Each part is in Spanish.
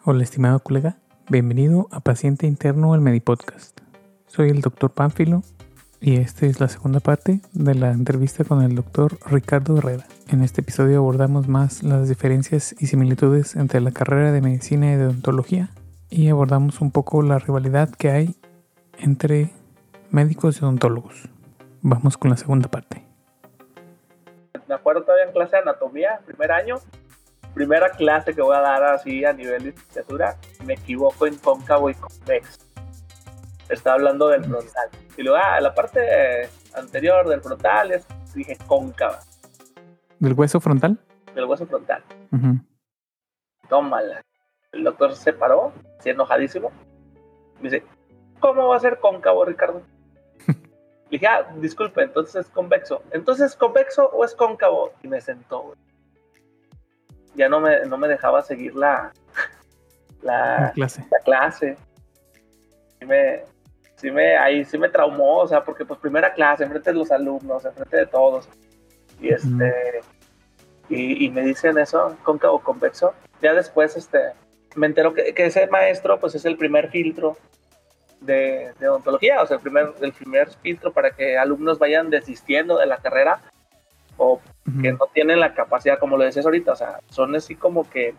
Hola estimado colega, bienvenido a Paciente Interno al Medipodcast. Soy el Dr. Pánfilo y esta es la segunda parte de la entrevista con el Dr. Ricardo Herrera. En este episodio abordamos más las diferencias y similitudes entre la carrera de medicina y de odontología y abordamos un poco la rivalidad que hay entre médicos y odontólogos. Vamos con la segunda parte. Me acuerdo todavía en clase de anatomía, primer año, primera clase que voy a dar así a nivel de licenciatura, me equivoco en cóncavo y convexo. Estaba hablando del frontal. Y luego, la parte anterior del frontal dije cóncava. ¿Del hueso frontal? Del hueso frontal. Uh-huh. Tómala. El doctor se paró, así enojadísimo. Me dice, ¿cómo va a ser cóncavo, Ricardo? Le dije, disculpe, entonces es convexo. ¿Entonces es convexo o es cóncavo? Y me sentó, güey. Ya no me dejaba seguir la clase. Ahí sí me traumó, o sea, porque pues primera clase, enfrente de los alumnos, enfrente de todos. Y y me dicen eso, cóncavo convexo. Ya después me entero que ese maestro pues es el primer filtro de odontología, o sea, el primer filtro para que alumnos vayan desistiendo de la carrera o que no tienen la capacidad, como lo decías ahorita, o sea, son así como que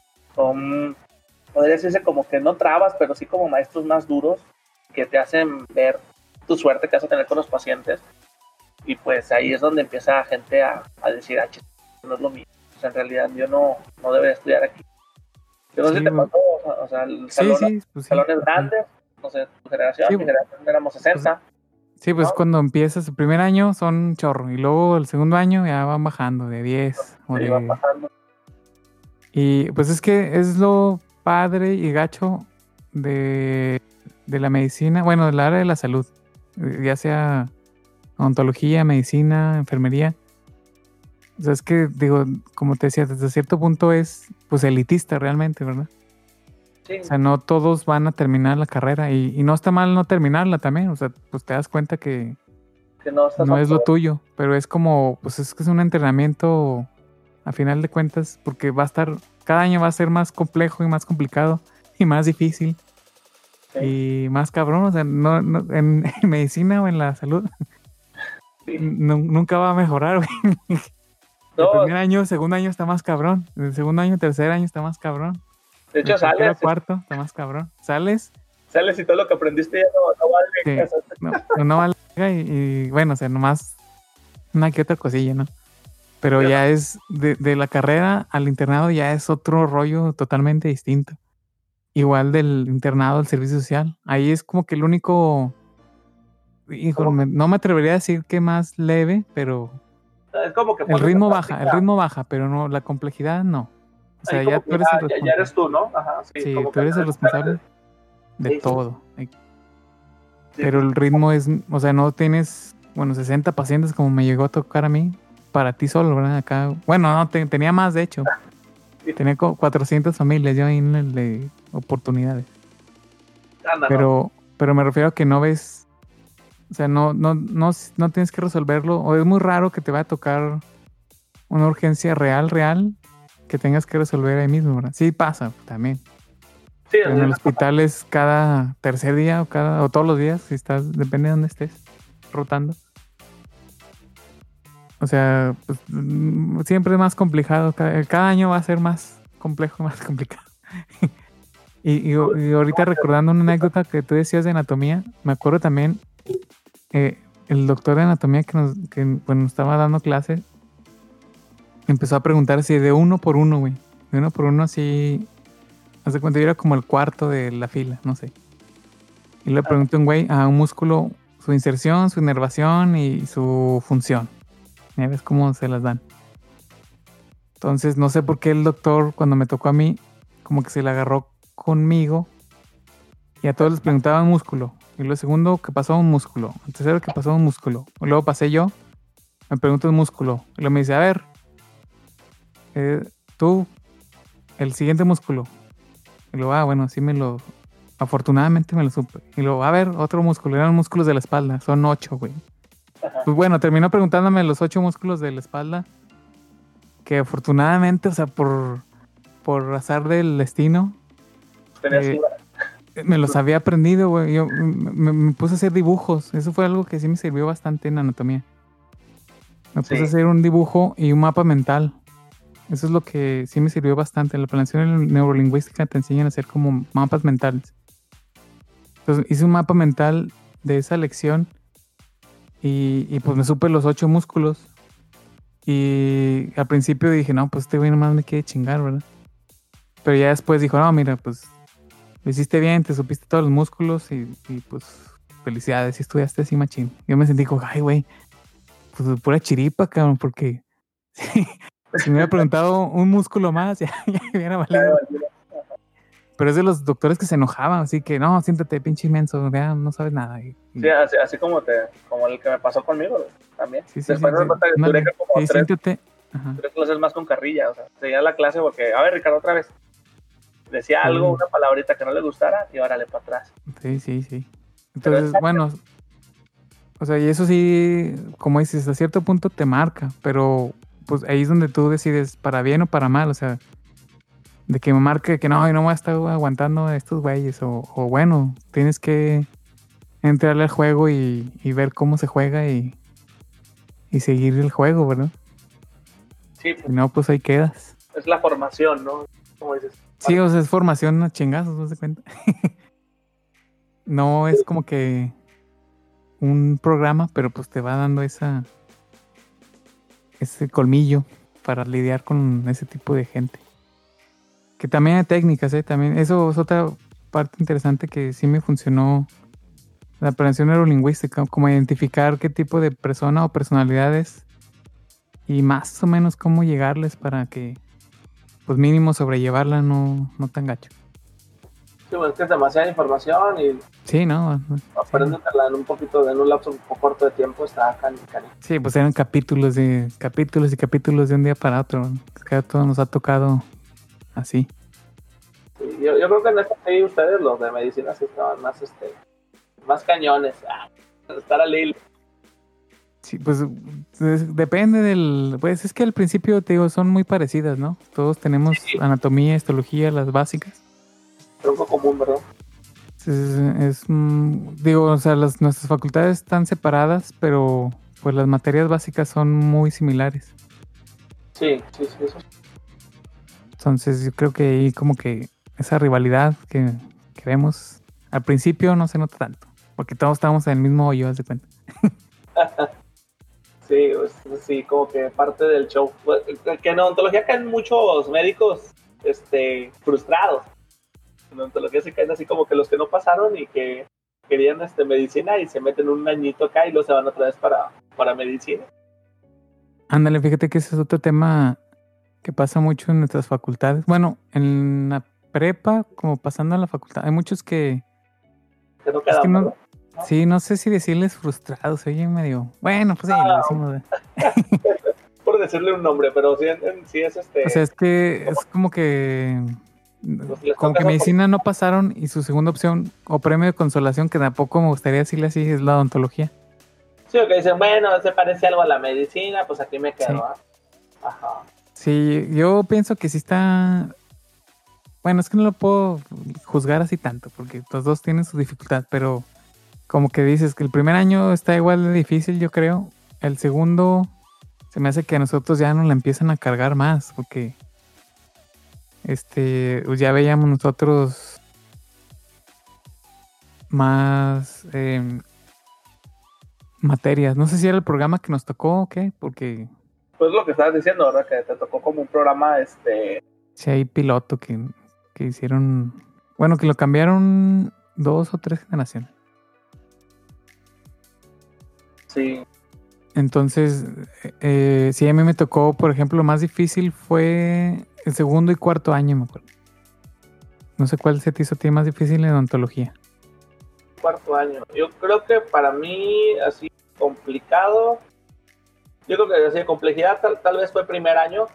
podría decirse como que no trabas, pero sí como maestros más duros que te hacen ver tu suerte que vas a tener con los pacientes. Y pues ahí es donde empieza gente a decir, no es lo mío, o sea, en realidad yo no debería estudiar aquí. Yo no sé si te pasó, o sea, el salón, salones grandes, no sé, tu generación, mi generación éramos 60. Sí, pues ¿no? Cuando empiezas el primer año son un chorro y luego el segundo año ya van bajando de 10. Van bajando. Y pues es que es lo padre y gacho de la medicina, bueno, del área de la salud, ya sea odontología, medicina, enfermería. O sea, es que, digo, como te decía, desde cierto punto es pues elitista realmente, ¿verdad? Sí. O sea, no todos van a terminar la carrera y no está mal no terminarla también, o sea, pues te das cuenta que no es lo tuyo, pero es como, pues es que es un entrenamiento a final de cuentas, porque cada año va a ser más complejo y más complicado y más difícil. Sí. Y más cabrón, o sea, no en medicina o en la salud sí. Nunca va a mejorar, güey. El primer año, segundo año está más cabrón, el segundo año, tercer año está más cabrón. De hecho, sales. Cuarto, está más cabrón. Sales y todo lo que aprendiste ya no vale. Sí, no vale. Y bueno, o sea, nomás una que otra cosilla, ¿no? Pero ya es de la carrera al internado ya es otro rollo totalmente distinto. Igual del internado al servicio social. Ahí es como que el único... Híjole, no me atrevería a decir que más leve, pero... Es como que el ritmo baja, pero no, la complejidad no. O sea, ya tú eres el responsable. Ya eres tú, ¿no? Ajá, sí, tú eres el responsable de todo. Sí. Pero el ritmo es, o sea, no tienes, 60 pacientes como me llegó a tocar a mí, para ti solo, ¿verdad? Acá, bueno, no, tenía más de hecho. Tenía 400 familias yo ahí en el de oportunidades. Pero me refiero a que no ves, o sea, no tienes que resolverlo, o es muy raro que te vaya a tocar una urgencia real que tengas que resolver ahí mismo, ¿verdad? Sí pasa también. Sí, en el hospital es cada tercer día o todos los días, si estás, depende de dónde estés, rotando. O sea, pues, siempre es más complicado. Cada año va a ser más complejo, más complicado. y ahorita recordando una anécdota que tú decías de anatomía, me acuerdo también, el doctor de anatomía que nos estaba dando clase, empezó a preguntar si de uno por uno, güey. De uno por uno así... Haz de cuenta, yo era como el cuarto de la fila, no sé. Y le pregunté a un güey a un músculo su inserción, su inervación y su función. Ya ves cómo se las dan. Entonces, no sé por qué el doctor, cuando me tocó a mí, como que se le agarró conmigo y a todos les preguntaba un músculo. Y lo segundo que pasó un músculo. El tercero que pasó un músculo. Y luego pasé yo, me pregunto un músculo. Y luego me dice, a ver, tú, el siguiente músculo. Y luego, bueno, sí afortunadamente me lo supe. Y luego, a ver, otro músculo. Eran músculos de la espalda. Son 8, güey. Pues bueno, terminó preguntándome los 8 músculos de la espalda. Que afortunadamente, o sea, por azar del destino, Tenías Eh, Me los había aprendido, güey. Yo me puse a hacer dibujos. Eso fue algo que sí me sirvió bastante en anatomía. Me puse a hacer un dibujo y un mapa mental. Eso es lo que sí me sirvió bastante. En la planeación neurolingüística te enseñan a hacer como mapas mentales. Entonces hice un mapa mental de esa lección y pues me supe los 8 músculos. Y al principio dije, no, pues este güey nomás me quiere chingar, ¿verdad? Pero ya después dijo, no, mira, pues lo hiciste bien, te supiste todos los músculos y pues felicidades, si estudiaste así machín. Yo me sentí como, ay, güey, pues pura chiripa, cabrón, porque si me hubiera preguntado un músculo más, ya hubiera valido. Pero es de los doctores que se enojaban, así que no, siéntate, pinche inmenso, ya no sabes nada. Sí, así como el que me pasó conmigo también. Sí, Después me cuenta que duré como sí, siéntate. Ajá. 3 clases más con carrilla, o sea, seguía la clase porque, a ver, Ricardo, otra vez. Decía algo, una palabrita que no le gustara y órale para atrás. Sí. Entonces, bueno, o sea, y eso sí, como dices, hasta cierto punto te marca, pero pues ahí es donde tú decides para bien o para mal, o sea, de que me marque que no, y no voy a estar aguantando a estos güeyes, o bueno, tienes que entrarle al juego y ver cómo se juega y seguir el juego, ¿verdad? Sí, pues, si no, pues ahí quedas. Es la formación, ¿no? Como dices. Sí, o sea, es formación a chingazos, ¿no se cuenta? No es como que un programa, pero pues te va dando ese colmillo para lidiar con ese tipo de gente. Que también hay técnicas, también eso es otra parte interesante que sí me funcionó la planeación neurolingüística, como identificar qué tipo de persona o personalidades y más o menos cómo llegarles para que pues mínimo sobrellevarla no tan gacho. Sí, pues es que es demasiada información y sí, ¿no? aprenderla en un poquito, en un lapso un poco corto de tiempo está cani. Sí, pues eran capítulos y capítulos de un día para otro. Que a todos nos ha tocado así. Sí, yo creo que en este sí ustedes, los de medicina, sí estaban más cañones. Estar al hilo. Sí, pues depende del... Pues es que al principio, te digo, son muy parecidas, ¿no? Todos tenemos anatomía, histología, las básicas. Tronco común, ¿verdad? Digo, o sea, nuestras facultades están separadas, pero pues las materias básicas son muy similares. Sí, eso. Entonces yo creo que ahí como que esa rivalidad que vemos al principio no se nota tanto, porque todos estamos en el mismo hoyo, haz de cuenta. Sí, pues, sí, como que parte del show. Que en odontología caen muchos médicos frustrados. En odontología se caen así como que los que no pasaron y que querían medicina y se meten un añito acá y luego se van otra vez para medicina. Ándale, fíjate que ese es otro tema que pasa mucho en nuestras facultades. Bueno, en la prepa, como pasando a la facultad, hay muchos que no quedan, ¿no? Sí, no sé si decirles frustrados, oye, medio... Bueno, pues sí, lo decimos. Por decirle un nombre, pero sí es O sea, es que es como que... Como que medicina no pasaron y su segunda opción o premio de consolación, que tampoco me gustaría decirle así, es la odontología. Sí, o que dicen, bueno, se parece algo a la medicina, pues aquí me quedo. Sí. Ajá. Sí, yo pienso que sí está... Bueno, es que no lo puedo juzgar así tanto, porque los dos tienen su dificultad, pero como que dices que el primer año está igual de difícil, yo creo. El segundo se me hace que a nosotros ya nos la empiezan a cargar más, porque pues ya veíamos nosotros más materias. No sé si era el programa que nos tocó o qué, porque... Pues lo que estabas diciendo, ¿verdad? Que te tocó como un programa, Sí, hay piloto que hicieron... Bueno, que lo cambiaron 2 o 3 generaciones. Sí. Entonces, sí, a mí me tocó, por ejemplo, lo más difícil fue el segundo y cuarto año, me acuerdo. No sé cuál se te hizo a ti más difícil en odontología. Cuarto año. Yo creo que para mí, así complicado, yo creo que así de complejidad tal vez fue primer año.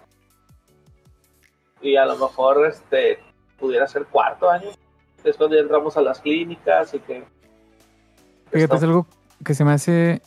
Y a lo mejor pudiera ser cuarto año. Después ya entramos a las clínicas y que... Fíjate, es algo que se me hace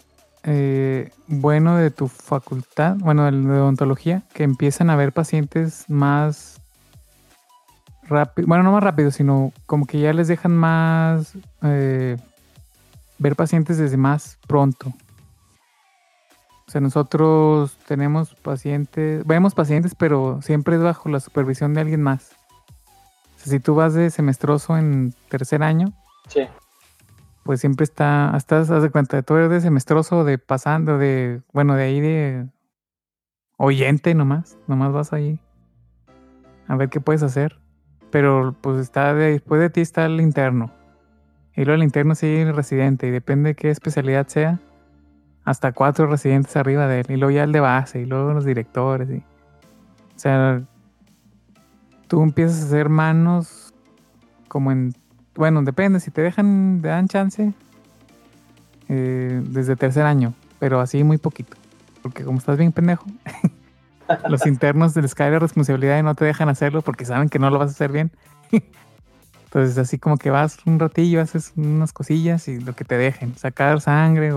bueno de tu facultad, bueno, de odontología, que empiezan a haber pacientes más rápido, bueno, no más rápido, sino como que ya les dejan más ver pacientes desde más pronto. O sea, nosotros vemos pacientes, pero siempre es bajo la supervisión de alguien más. O sea, si tú vas de semestroso en tercer año, Sí. pues siempre haz de cuenta, tú eres de semestroso, de pasando, de ahí de oyente nomás vas ahí a ver qué puedes hacer. Pero pues después de ti está el interno. Y luego el interno sigue el residente, y depende de qué especialidad sea, hasta 4 residentes arriba de él, y luego ya el de base, y luego los directores. O sea, tú empiezas a hacer manos como bueno, depende, si te dan chance desde tercer año, pero así muy poquito, porque como estás bien pendejo, los internos les cae la responsabilidad y no te dejan hacerlo porque saben que no lo vas a hacer bien. Entonces así como que vas un ratillo, haces unas cosillas y lo que te dejen, sacar sangre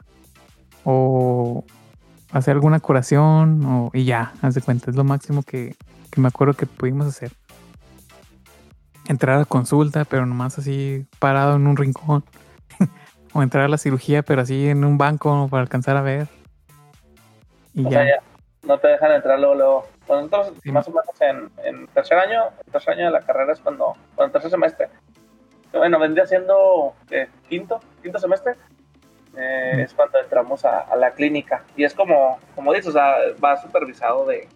o hacer alguna curación y ya, haz de cuenta, es lo máximo que me acuerdo que pudimos hacer. Entrar a consulta, pero nomás así parado en un rincón. O entrar a la cirugía, pero así en un banco para alcanzar a ver. Y O ya. sea, ya no te dejan entrar luego. Bueno, nosotros Sí. más o menos en tercer año de la carrera es cuando tercer semestre. Bueno, vendría siendo quinto semestre. Es cuando entramos a la clínica. Y es como dices, o sea, va supervisado de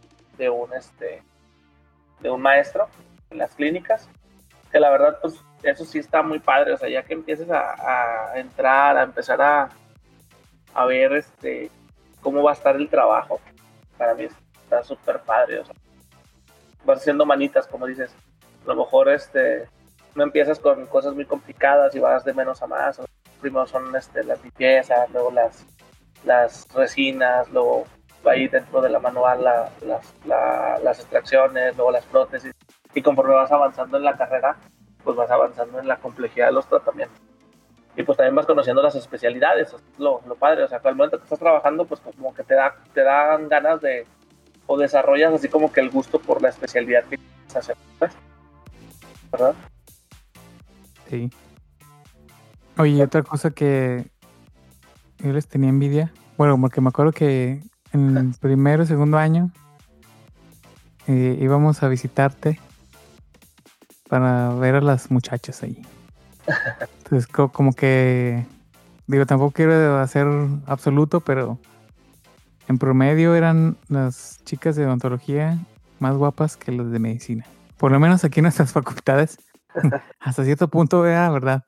un maestro en las clínicas. Que la verdad, pues, eso sí está muy padre. O sea, ya que empieces a entrar, a empezar a ver cómo va a estar el trabajo, para mí está súper padre. O sea, vas haciendo manitas, como dices. A lo mejor no empiezas con cosas muy complicadas y vas de menos a más. Primero son las limpiezas, luego las resinas, luego ahí dentro de la manual las extracciones, luego las prótesis. Y conforme vas avanzando en la carrera, pues vas avanzando en la complejidad de los tratamientos. Y pues también vas conociendo las especialidades, lo padre. O sea, al momento que estás trabajando, pues como que te dan ganas o desarrollas así como que el gusto por la especialidad que quieres hacer, ¿verdad? Sí. Oye, otra cosa que yo les tenía envidia, bueno, porque me acuerdo que en primero y segundo año íbamos a visitarte para ver a las muchachas ahí. Entonces, como que, digo, tampoco quiero hacer absoluto, pero en promedio eran las chicas de odontología más guapas que las de medicina. Por lo menos aquí en nuestras facultades. Hasta cierto punto era verdad.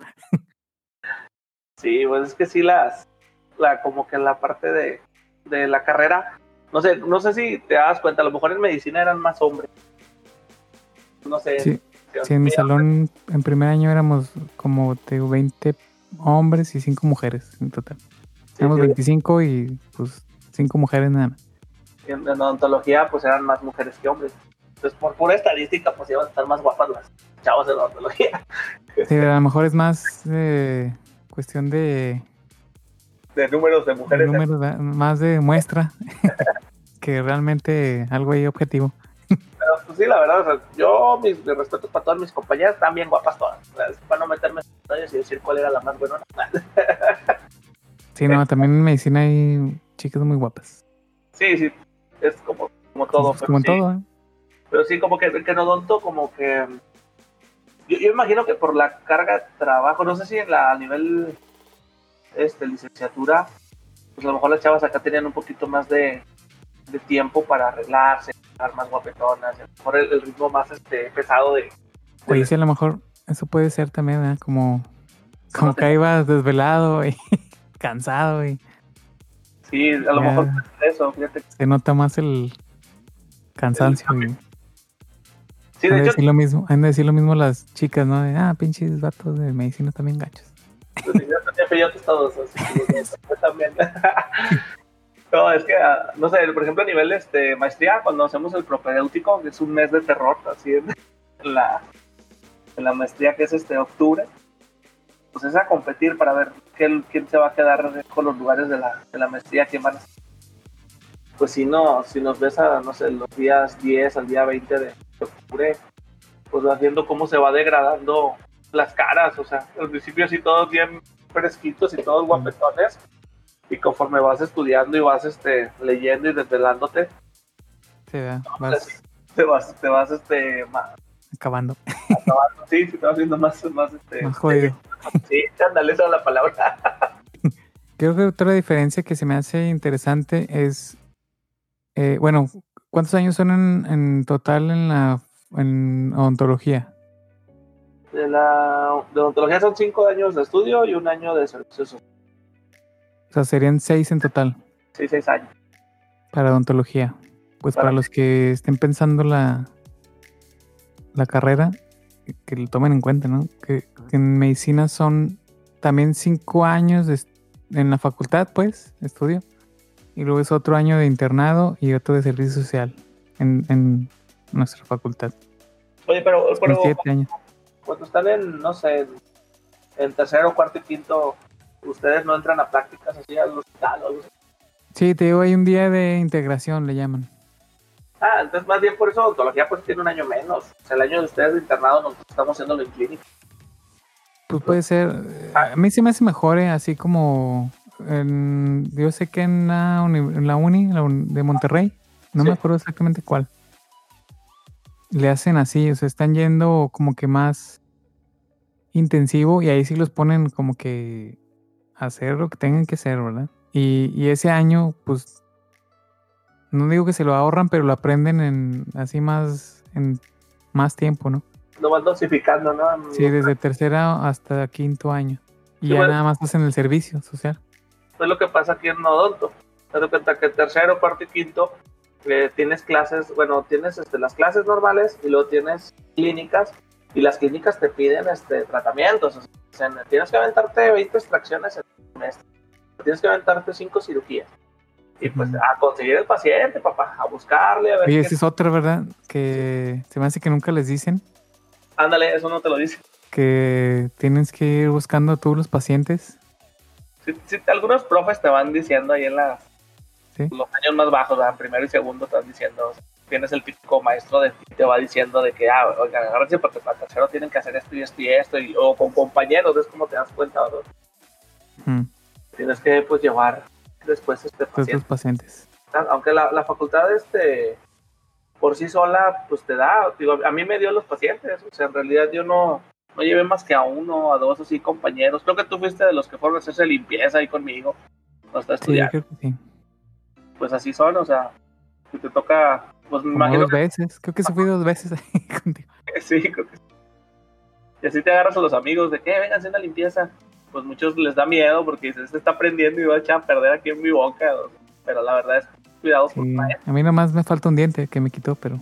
Sí, pues es que sí como que la parte de la carrera, no sé si te das cuenta, a lo mejor en medicina eran más hombres. No sé. Sí, en mi salón en primer año éramos como 20 hombres y 5 mujeres en total. Éramos 25 y pues 5 mujeres nada más. En odontología pues eran más mujeres que hombres. Entonces por pura estadística pues iban a estar más guapas las chavas de la odontología. Sí, a lo mejor es más cuestión de números de mujeres. Más de muestra que realmente algo ahí objetivo. Pero pues sí, la verdad, o sea, yo mis respetos para todas mis compañeras, están bien guapas todas. O sea, para no meterme en detalles y decir cuál era la más buena. Sí, no, también en medicina hay chicas muy guapas. Sí, es como todo. Pues como en todo, ¿eh? Pero sí, como que en odonto, como que... Yo imagino que por la carga de trabajo, no sé si a nivel licenciatura, pues a lo mejor las chavas acá tenían un poquito más de tiempo para arreglarse, estar más guapetonas, a lo mejor el ritmo más pesado de... Oye, sí, a lo mejor eso puede ser también, ¿eh? Como que ahí vas desvelado y cansado y... Sí, a lo mejor eso, fíjate. Se nota más el cansancio y... Sí, de hecho... Han de decir lo mismo las chicas, ¿no? Pinches vatos de medicina también gachos. Todos, así, también. No, es que, no sé, por ejemplo, a nivel maestría, cuando hacemos el propedéutico, que es un mes de terror, así en la maestría, que es octubre, pues es a competir para ver quién se va a quedar con los lugares de la maestría, quién van a... Pues si nos ves no sé, los días 10 al día 20 de octubre, pues vas viendo cómo se va degradando las caras, o sea, al principio sí todos bien fresquitos y todos guapetones, y conforme vas estudiando y vas leyendo y desvelándote, Sí, vas, te vas acabando. acabando, sí, te vas viendo más Más jodido. Sí, ándale, esa es la palabra. Creo que otra diferencia que se me hace interesante es, bueno, ¿cuántos años son en total en odontología? De odontología son 5 años de estudio y 1 año de servicio social. O sea, serían 6 en total Sí, 6 años. para odontología. Pues para los que estén pensando la carrera, que lo tomen en cuenta, ¿no? Que en medicina son también 5 años en la facultad, pues, estudio. Y luego es otro año de internado y otro de servicio social en nuestra facultad. Oye, pero 7 años. Cuando están en, no sé, en tercero, cuarto y quinto, ¿ustedes no entran a prácticas así al hospital o algo así? Sí, te digo, hay un día de integración, le llaman. Ah, entonces más bien por eso odontología pues tiene 1 año menos. O sea, el año de ustedes de internado nosotros estamos haciéndolo en clínica. Pues puede ser. A mí se me hace mejor, así como yo sé que en la uni de Monterrey, no Sí. me acuerdo exactamente cuál, le hacen así, o sea, están yendo como que más intensivo y ahí sí los ponen como que a hacer lo que tengan que hacer, ¿verdad? Y ese año, pues, no digo que se lo ahorran, pero lo aprenden en más tiempo, ¿no? Lo vas dosificando, ¿no? Sí, desde tercera hasta quinto año. Y Sí, ya bueno, nada más hacen el servicio social. es lo que pasa aquí en odonto. Te das cuenta que tercero, cuarto y quinto tienes clases, bueno, tienes las clases normales y luego tienes clínicas y las clínicas te piden tratamientos. O sea, tienes que aventarte 20 extracciones en un mes, tienes que aventarte 5 cirugías. Y pues a conseguir el paciente, papá, a buscarle, a ver Oye, qué. esa es otra, ¿verdad? Que se me hace que nunca les dicen Ándale, eso no te lo dice. que tienes que ir buscando a todos los pacientes. Sí, algunos profes te van diciendo ahí en ¿Sí? los años más bajos, ¿verdad? Primero y segundo te van diciendo, o sea, tienes el típico maestro de ti, te va diciendo de que, oigan, agárrense porque para tercero tienen que hacer esto y esto y esto, o con compañeros, es como te das cuenta, ¿no? Tienes que, pues, llevar después Estos pacientes. Aunque la facultad, por sí sola, pues te da, digo, a mí me dio los pacientes, o sea, en realidad yo no llevé más que a 1, a 2, así, compañeros. Creo que tú fuiste de los que fueron a hacerse limpieza ahí conmigo, cuando estaba estudiando. Sí, yo creo que sí. Pues así son, o sea, si te toca, pues me Como imagino 2 veces. Creo que sí fui 2 veces ahí contigo. sí, creo que sí. Y así te agarras a los amigos de que vengan a hacer una limpieza. Pues muchos les da miedo porque dices, se está aprendiendo y va a echar a perder aquí en mi boca. Pero la verdad es, cuidado por A mí nomás me falta un diente que me quitó, pero...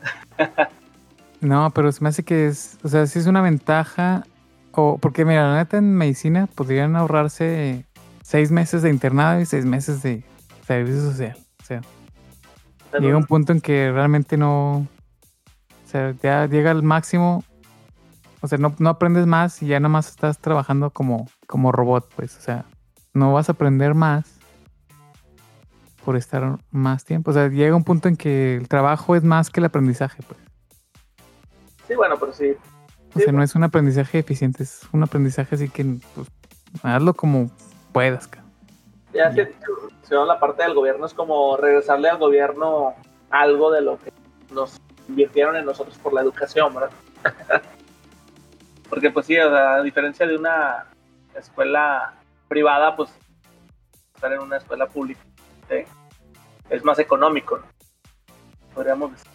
No, pero se me hace que o sea, sí es una ventaja. Porque mira, la neta en medicina podrían ahorrarse 6 meses de internado y 6 meses de servicio social. O sea, llega un punto en que realmente no... O sea, ya llega al máximo. O sea, no aprendes más y ya nada más estás trabajando como robot, pues. O sea, no vas a aprender más por estar más tiempo. O sea, llega un punto en que el trabajo es más que el aprendizaje, pues. Sí, bueno, pero sí. O sea, no es un aprendizaje eficiente, es un aprendizaje así que, pues, hazlo como puedas, cara. Ya se va la parte del gobierno, es como regresarle al gobierno algo de lo que nos invirtieron en nosotros por la educación, ¿verdad? Porque pues sí, o sea, a diferencia de una escuela privada, pues estar en una escuela pública es más económico, ¿no? Podríamos decir.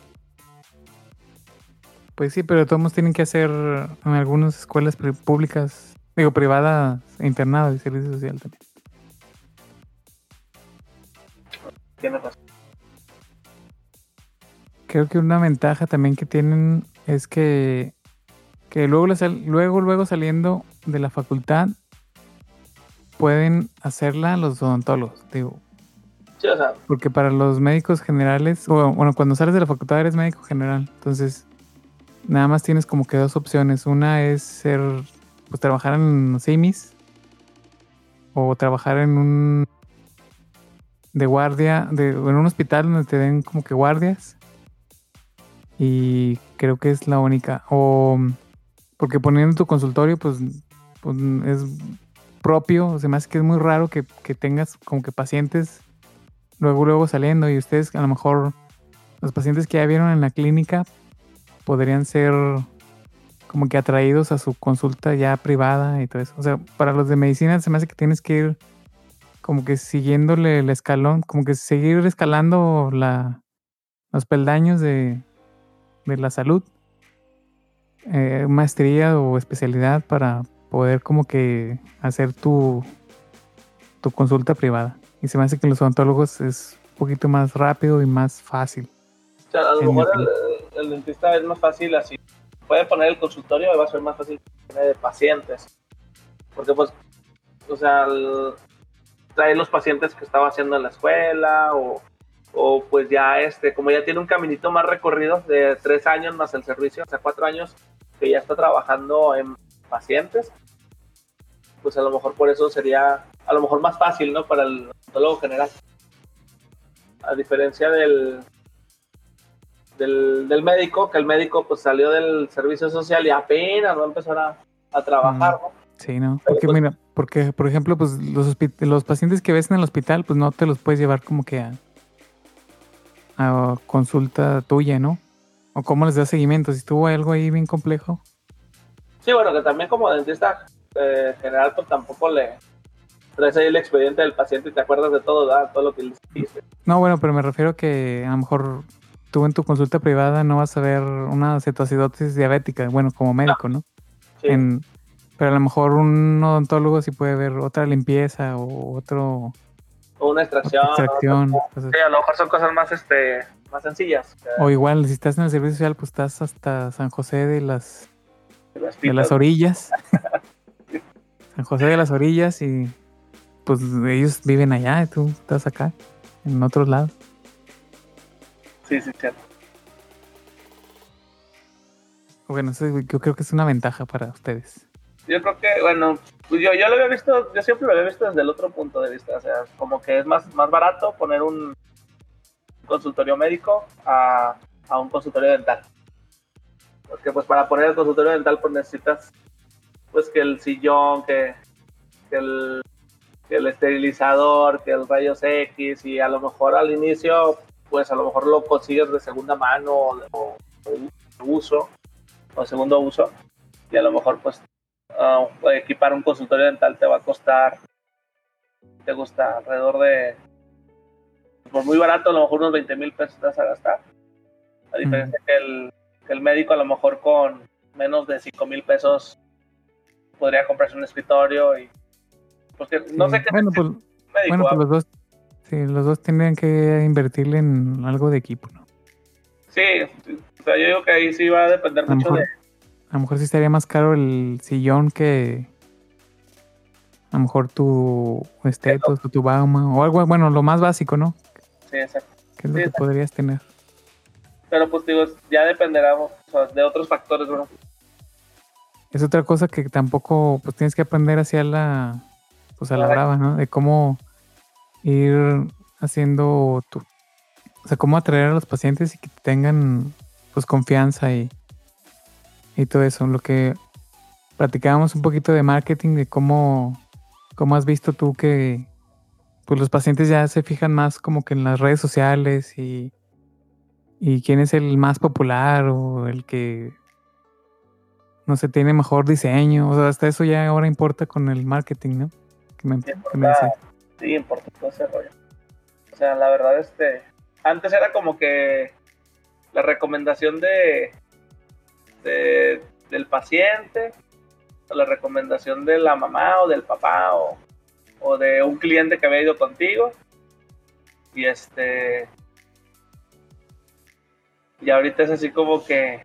Pues sí, pero todos tienen que hacer en algunas escuelas públicas, privadas, internado y servicio social también. Tienes razón. Creo que una ventaja también que tienen es que luego saliendo de la facultad pueden hacerla los odontólogos, digo. Sí, o sea. Porque para los médicos generales, bueno, cuando sales de la facultad eres médico general, entonces nada más tienes como que 2 opciones. Una es pues trabajar en CIMIS o trabajar en de guardia, en un hospital donde te den como que guardias. y creo que es la única. O porque poniendo tu consultorio, pues es propio, se me hace que es muy raro que tengas como que pacientes luego saliendo, y ustedes a lo mejor los pacientes que ya vieron en la clínica podrían ser como que atraídos a su consulta ya privada y todo eso. O sea, para los de medicina se me hace que tienes que ir como que siguiéndole el escalón, como que seguir escalando los peldaños de la salud, maestría o especialidad para poder como que hacer tu consulta privada. Y se me hace que los odontólogos es un poquito más rápido y más fácil. O sea, a lo En mi mejor opinión. el dentista es más fácil así. Puede poner el consultorio y va a ser más fácil tener pacientes. Porque pues, o sea, trae los pacientes que estaba haciendo en la escuela o pues ya como ya tiene un caminito más recorrido de 3 años más el servicio, o sea, 4 años que ya está trabajando en pacientes, pues a lo mejor por eso sería a lo mejor más fácil, ¿no? Para el odontólogo general. A diferencia del médico, que el médico pues salió del servicio social y apenas va a empezar a trabajar, ¿no? Sí, ¿no? Porque pues, mira, porque por ejemplo, pues los pacientes que ves en el hospital, pues no te los puedes llevar como que a consulta tuya, ¿no? O cómo les da seguimiento, si estuvo algo ahí bien complejo. Sí, bueno, que también como dentista general, pues tampoco le traes ahí el expediente del paciente y te acuerdas de todo, ¿verdad? Todo lo que le hiciste. No, bueno, pero me refiero que a lo mejor tú en tu consulta privada no vas a ver una cetoacidosis diabética, bueno, como médico, ¿no? Sí. Pero a lo mejor un odontólogo sí puede ver otra limpieza o otro... O una extracción. Cosas. Sí, a lo mejor son cosas más, más sencillas. O igual, si estás en el servicio social, pues estás hasta San José de las orillas. San José de las Orillas, y pues ellos viven allá y tú estás acá, en otros lados. Sí, cierto. Bueno, yo creo que es una ventaja para ustedes. Yo creo que, bueno, yo lo había visto, yo siempre lo había visto desde el otro punto de vista, o sea, como que es más barato poner un consultorio médico a un consultorio dental. Porque pues para poner el consultorio dental pues necesitas pues que el sillón, que el esterilizador, que el rayos X, y a lo mejor al inicio pues a lo mejor lo consigues de segunda mano o uso o segundo uso, y a lo mejor pues equipar un consultorio dental te va a costar, te gusta alrededor de, por muy barato, a lo mejor unos 20,000 pesos te vas a gastar, a diferencia que el médico a lo mejor con menos de 5,000 pesos podría comprarse un escritorio y porque no sé qué pues los dos tendrían que invertirle en algo de equipo, ¿no? Sí, o sea, yo digo que ahí sí va a depender mucho de... A lo mejor sí estaría más caro el sillón que a lo mejor tu tu bauma o algo, bueno, lo más básico, ¿no? Sí, exacto. Que es lo que podrías tener. Pero pues digo, ya dependerá, o sea, de otros factores, ¿no? Es otra cosa que tampoco, pues tienes que aprender hacia la brava, ¿no? De cómo ir haciendo o sea, cómo atraer a los pacientes y que tengan pues confianza y todo eso. Lo que platicábamos un poquito de marketing, de cómo has visto tú que pues los pacientes ya se fijan más como que en las redes sociales y quién es el más popular o el que no sé, tiene mejor diseño. O sea, hasta eso ya ahora importa con el marketing, ¿no? Que me decías. Sí, importa todo ese rollo. O sea, la verdad, antes era como que la recomendación del paciente, o la recomendación de la mamá o del papá o de un cliente que había ido contigo, y y ahorita es así como que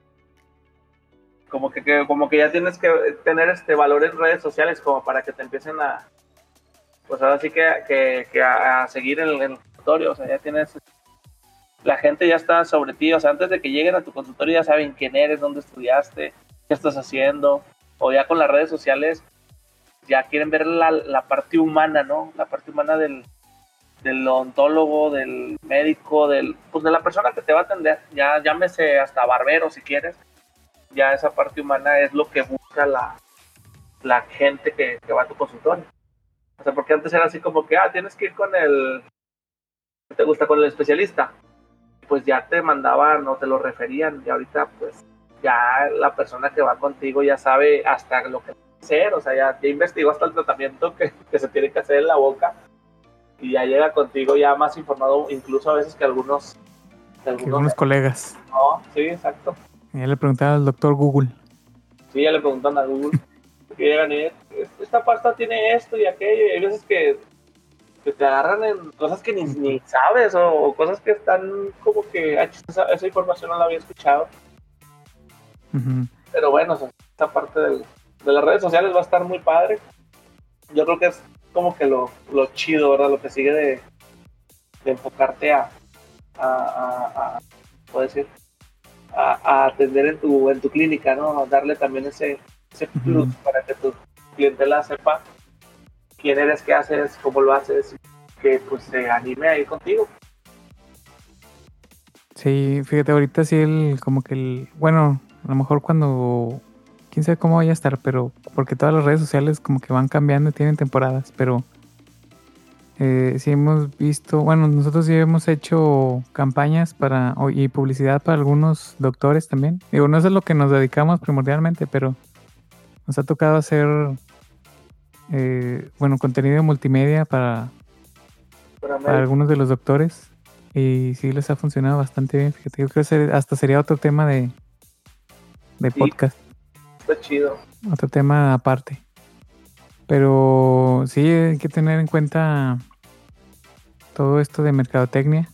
ya tienes que tener valor en redes sociales como para que te empiecen a, pues ahora sí que a seguir en el consultorio. O sea, ya tienes, la gente ya está sobre ti, o sea, antes de que lleguen a tu consultorio ya saben quién eres, dónde estudiaste, qué estás haciendo, o ya con las redes sociales ya quieren ver la parte humana, ¿no? La parte humana del del odontólogo, del médico, pues de la persona que te va a atender, ya llámese hasta barbero si quieres, ya esa parte humana es lo que busca la gente que va a tu consultorio. O sea, porque antes era así como que, tienes que ir con ¿qué te gusta? Con el especialista. Pues ya te mandaban o te lo referían y ahorita pues ya la persona que va contigo ya sabe hasta lo que hacer, o sea, ya investigó hasta el tratamiento que se tiene que hacer en la boca y ya llega contigo ya más informado, incluso a veces que algunos colegas. No, sí, exacto. Ya le preguntaba al doctor Google. Sí, ya le preguntan a Google que llegan y esta pasta tiene esto y aquello, y hay veces que te agarran en cosas que ni sabes o cosas que están como que esa información no la había escuchado. Uh-huh. Pero bueno, esa parte de las redes sociales va a estar muy padre. Yo creo que es como que lo chido, ¿verdad? Lo que sigue de enfocarte a ¿puedo decir? A atender en tu clínica, ¿no? Darle también ese plus uh-huh. para que tu clientela sepa quién eres, qué haces, cómo lo haces, que pues se anime a ir contigo. Sí, fíjate, ahorita sí bueno, a lo mejor cuando, quién sabe cómo vaya a estar, pero porque todas las redes sociales como que van cambiando y tienen temporadas, pero sí hemos visto, bueno, nosotros sí hemos hecho campañas y publicidad para algunos doctores también. Digo, no es a lo que nos dedicamos primordialmente, pero nos ha tocado hacer, contenido multimedia para algunos de los doctores. Y sí les ha funcionado bastante bien, fíjate. Yo creo que hasta sería otro tema de podcast. Está chido. Otro tema aparte. Pero sí hay que tener en cuenta todo esto de mercadotecnia.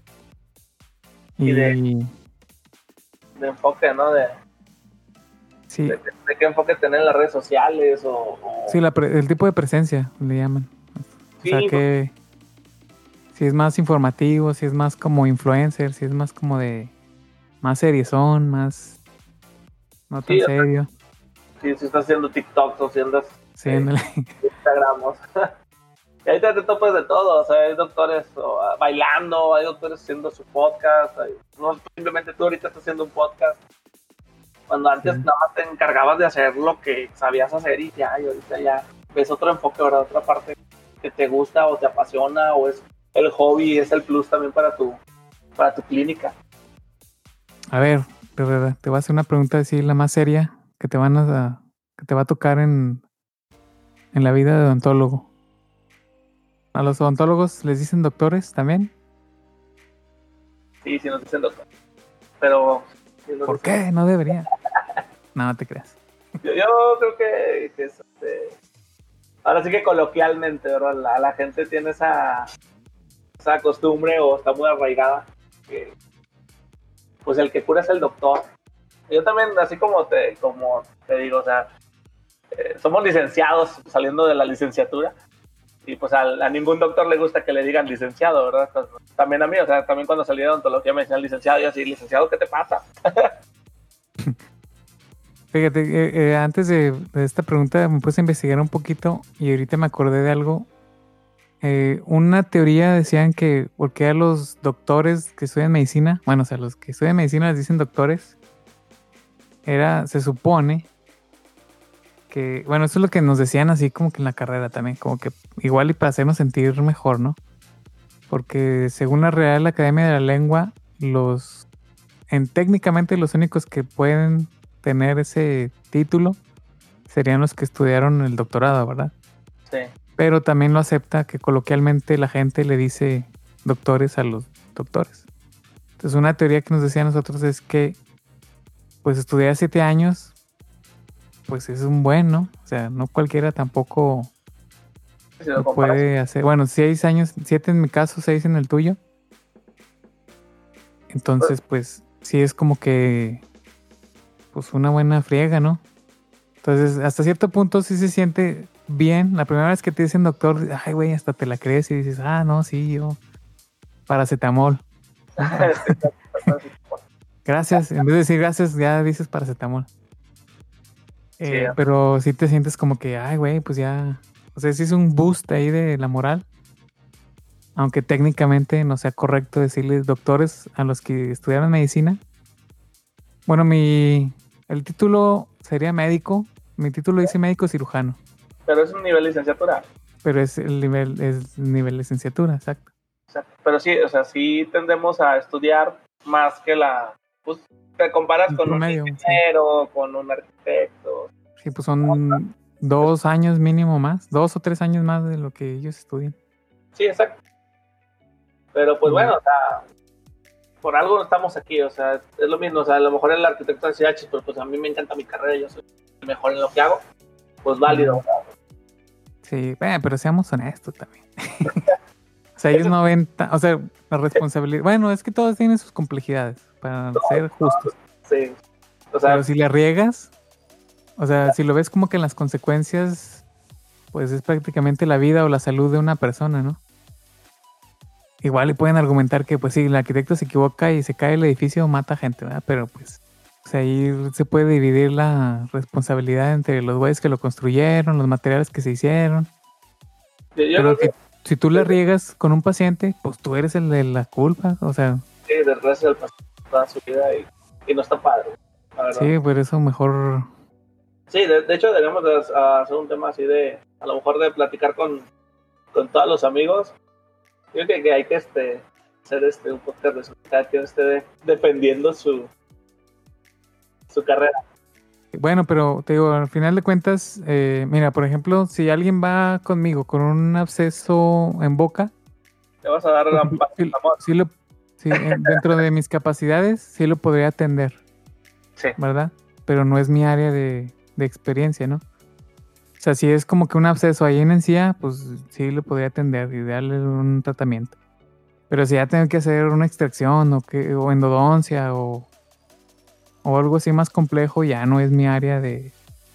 Y de enfoque, ¿no? Sí. De qué enfoque tener en las redes sociales o... Sí, el tipo de presencia le llaman. Sí, o sea, que si es más informativo, si es más como influencer, si es más como de más seriezón, más no tan serio. Sí, si estás haciendo TikTok o si andas Instagram. Y ahí te topas de todo, o sea, hay doctores bailando, hay doctores haciendo su podcast, no simplemente tú ahorita estás haciendo un podcast, cuando antes nada más te encargabas de hacer lo que sabías hacer y ahorita ya ves otro enfoque, ¿verdad? Otra parte que te gusta o te apasiona o es el hobby, es el plus también para tu clínica. A ver, te voy a hacer una pregunta así, la más seria que te va a tocar en la vida de odontólogo. ¿A los odontólogos les dicen doctores también? Sí, nos dicen doctor. Pero... ¿Por qué? No debería. No te creas. Yo creo que es ahora sí que coloquialmente, ¿verdad? La gente tiene esa costumbre o está muy arraigada que pues el que cura es el doctor. Yo también, así como te digo, o sea, somos licenciados saliendo de la licenciatura y pues a ningún doctor le gusta que le digan licenciado, ¿verdad? Pues, también a mí, o sea, también cuando salí de odontología me decían licenciado y así, licenciado, ¿qué te pasa? Fíjate, antes de esta pregunta me puse a investigar un poquito y ahorita me acordé de algo. Una teoría decían que porque a los doctores que estudian medicina, bueno, o sea, los que estudian medicina les dicen doctores, se supone que, bueno, eso es lo que nos decían así como que en la carrera también, como que igual y para hacernos sentir mejor, ¿no? Porque según la Real Academia de la Lengua, técnicamente los únicos que pueden tener ese título serían los que estudiaron el doctorado, ¿verdad? Sí. Pero también lo acepta que coloquialmente la gente le dice doctores a los doctores. Entonces una teoría que nos decía a nosotros es que pues estudiar 7 años pues es un buen, ¿no? O sea, no cualquiera tampoco lo puede hacer. Bueno, 6 años, 7 en mi caso, 6 en el tuyo. Entonces pues sí es como que pues una buena friega, ¿no? Entonces hasta cierto punto sí se siente bien. La primera vez que te dicen doctor, ay, güey, hasta te la crees y dices, no, sí, yo, paracetamol. Gracias, en vez de decir gracias, ya dices paracetamol. Sí. Pero sí te sientes como que, ay, güey, pues ya, o sea, sí es un boost ahí de la moral. aunque técnicamente no sea correcto decirles doctores a los que estudiaron medicina. Bueno, el título sería médico. Mi título dice médico cirujano. Pero es un nivel de licenciatura. Pero es el nivel licenciatura, exacto. Pero sí, o sea, sí tendemos a estudiar más que pues te comparas con un ingeniero, con un arquitecto. Sí, pues son 2 años mínimo más, 2 o 3 años más de lo que ellos estudian. Sí, exacto. Pero pues bueno, o sea, por algo estamos aquí, o sea, es lo mismo, o sea, a lo mejor el arquitecto decía, pero pues a mí me encanta mi carrera, yo soy el mejor en lo que hago, pues válido. Sí, pero seamos honestos también. O sea, ellos no ven, o sea, la responsabilidad, bueno, es que todos tienen sus complejidades, para ser justos. Sí, o sea, pero si le riegas, o sea, si lo ves como que en las consecuencias, pues es prácticamente la vida o la salud de una persona, ¿no? Igual le pueden argumentar que, pues sí, el arquitecto se equivoca y se cae el edificio o mata gente, ¿verdad? Pero pues, o sea, ahí se puede dividir la responsabilidad entre los güeyes que lo construyeron, los materiales que se hicieron. Pero si tú le riegas con un paciente, pues tú eres el de la culpa, o sea. Sí, del resto del paciente toda su vida y no está padre, la verdad. Sí, por eso mejor. Sí, de hecho deberíamos hacer un tema así de, a lo mejor de platicar con todos los amigos. Yo creo que hay que hacer un podcast de su cada quien esté defendiendo su carrera. Bueno, pero te digo, al final de cuentas, mira, por ejemplo, si alguien va conmigo con un absceso en boca, te vas a dar la amor. Sí, dentro de mis capacidades, sí lo podría atender. Sí. ¿Verdad? Pero no es mi área de experiencia, ¿no? O sea, si es como que un absceso ahí en encía, pues sí lo podría atender y darle un tratamiento. Pero si ya tengo que hacer una extracción o endodoncia o algo así más complejo, ya no es mi área de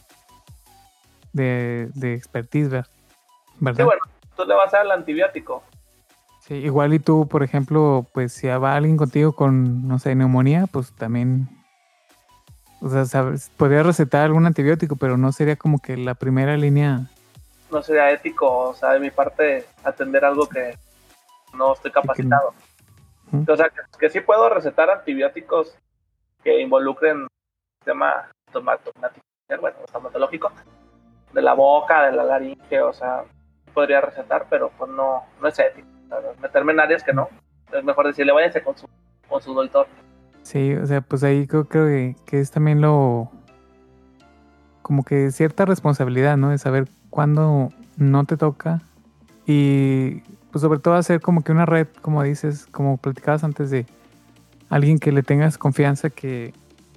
expertise, ¿verdad? Sí, bueno, tú le vas a dar el antibiótico. Sí, igual y tú, por ejemplo, pues si va alguien contigo con, no sé, neumonía, pues también, o sea, podría recetar algún antibiótico, pero no sería como que la primera línea. No sería ético, o sea, de mi parte, atender algo que no estoy capacitado. O sea, que sí puedo recetar antibióticos que involucren el sistema estomatológico, de la boca, de la laringe, o sea, podría recetar, pero pues no es ético. O sea, meterme en áreas que no. Es mejor decirle, váyase con su doctor. Sí, o sea, pues ahí creo que es también como que cierta responsabilidad, ¿no? De saber cuándo no te toca y pues sobre todo hacer como que una red, como dices, como platicabas antes, de alguien que le tengas confianza que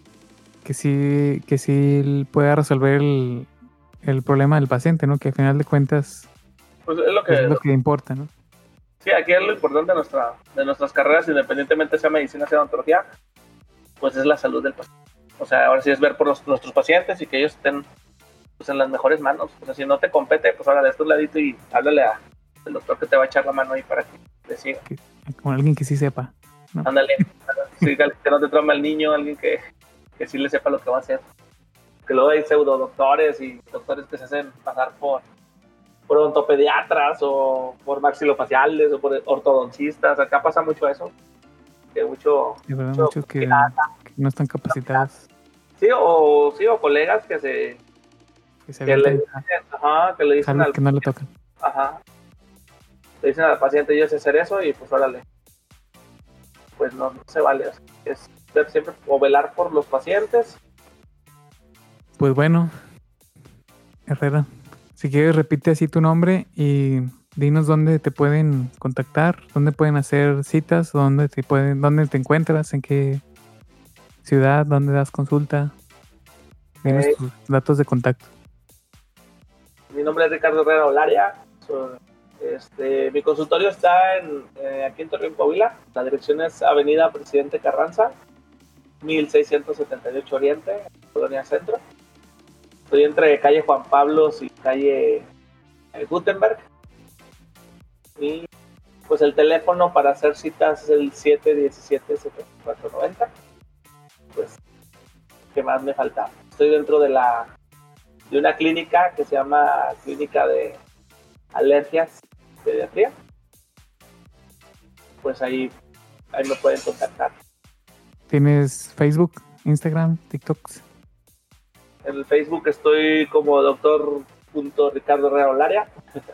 sí pueda resolver el problema del paciente, ¿no? Que al final de cuentas pues es lo que importa, ¿no? Sí, aquí es lo importante de nuestras carreras, independientemente sea medicina, sea odontología, pues es la salud del paciente. O sea, ahora sí es ver por nuestros pacientes y que ellos estén pues, en las mejores manos. O sea, si no te compete, pues ahora de este ladito y háblale al doctor que te va a echar la mano ahí para que te siga. Con alguien que sí sepa, ¿no? Ándale, sí, que no te trauma el niño, alguien que sí le sepa lo que va a hacer. Que luego hay pseudo doctores y doctores que se hacen pasar por odontopediatras o por maxilofaciales o por ortodoncistas. Acá pasa mucho eso. Que muchos que no están capacitados. Sí, o colegas que le dicen que no le tocan. Ajá. Le dicen al paciente, yo sé hacer eso y pues órale. Pues no se vale. Es ver siempre o velar por los pacientes. Pues bueno, Herrera, si quieres repite así tu nombre y dinos dónde te pueden contactar, dónde pueden hacer citas, dónde te encuentras, en qué ciudad, dónde das consulta. Dinos tus datos de contacto. Mi nombre es Ricardo Herrera Olaria. Mi consultorio está aquí en Torreón, Coahuila. La dirección es Avenida Presidente Carranza, 1678 Oriente, Colonia Centro. Estoy entre calle Juan Pablos y calle Gutenberg. Y pues el teléfono para hacer citas es el 717-7490. Pues, ¿qué más me falta? Estoy dentro de una clínica que se llama Clínica de Alergias Pediatría. pues ahí me pueden contactar. ¿Tienes Facebook, Instagram, TikToks? En el Facebook estoy como Dr. Ricardo Herrera Olaria.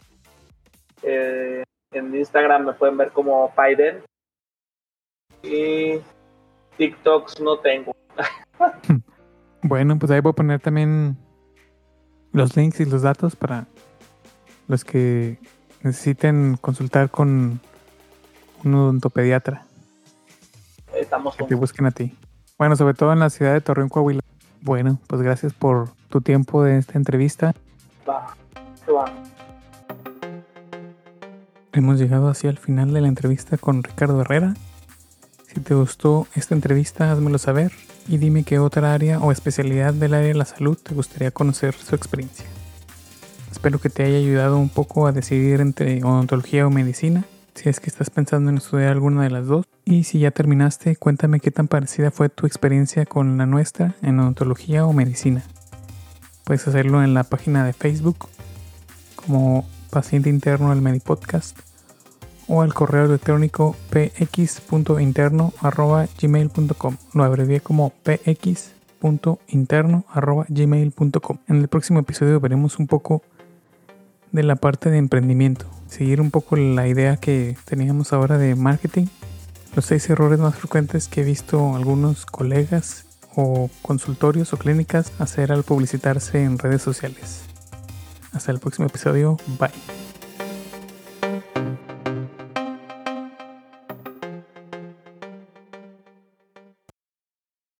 En Instagram me pueden ver como Paiden. Y TikToks no tengo. Bueno, pues ahí voy a poner también los links y los datos para los que necesiten consultar con un odontopediatra. Estamos que te busquen a ti. Bueno, sobre todo en la ciudad de Torreón, Coahuila. Bueno, pues gracias por tu tiempo de esta entrevista. Va. Hemos llegado hacia el final de la entrevista con Ricardo Herrera. Si te gustó esta entrevista, házmelo saber y dime qué otra área o especialidad del área de la salud te gustaría conocer su experiencia. Espero que te haya ayudado un poco a decidir entre odontología o medicina, si es que estás pensando en estudiar alguna de las dos. Y si ya terminaste, cuéntame qué tan parecida fue tu experiencia con la nuestra en odontología o medicina. Puedes hacerlo en la página de Facebook como Paciente Interno del Medipodcast o al correo electrónico px.interno@gmail.com. Lo abrevié como px.interno@gmail.com. En el próximo episodio veremos un poco de la parte de emprendimiento, seguir un poco la idea que teníamos ahora de marketing, los 6 errores más frecuentes que he visto algunos colegas o consultorios o clínicas hacer al publicitarse en redes sociales. Hasta el próximo episodio, bye.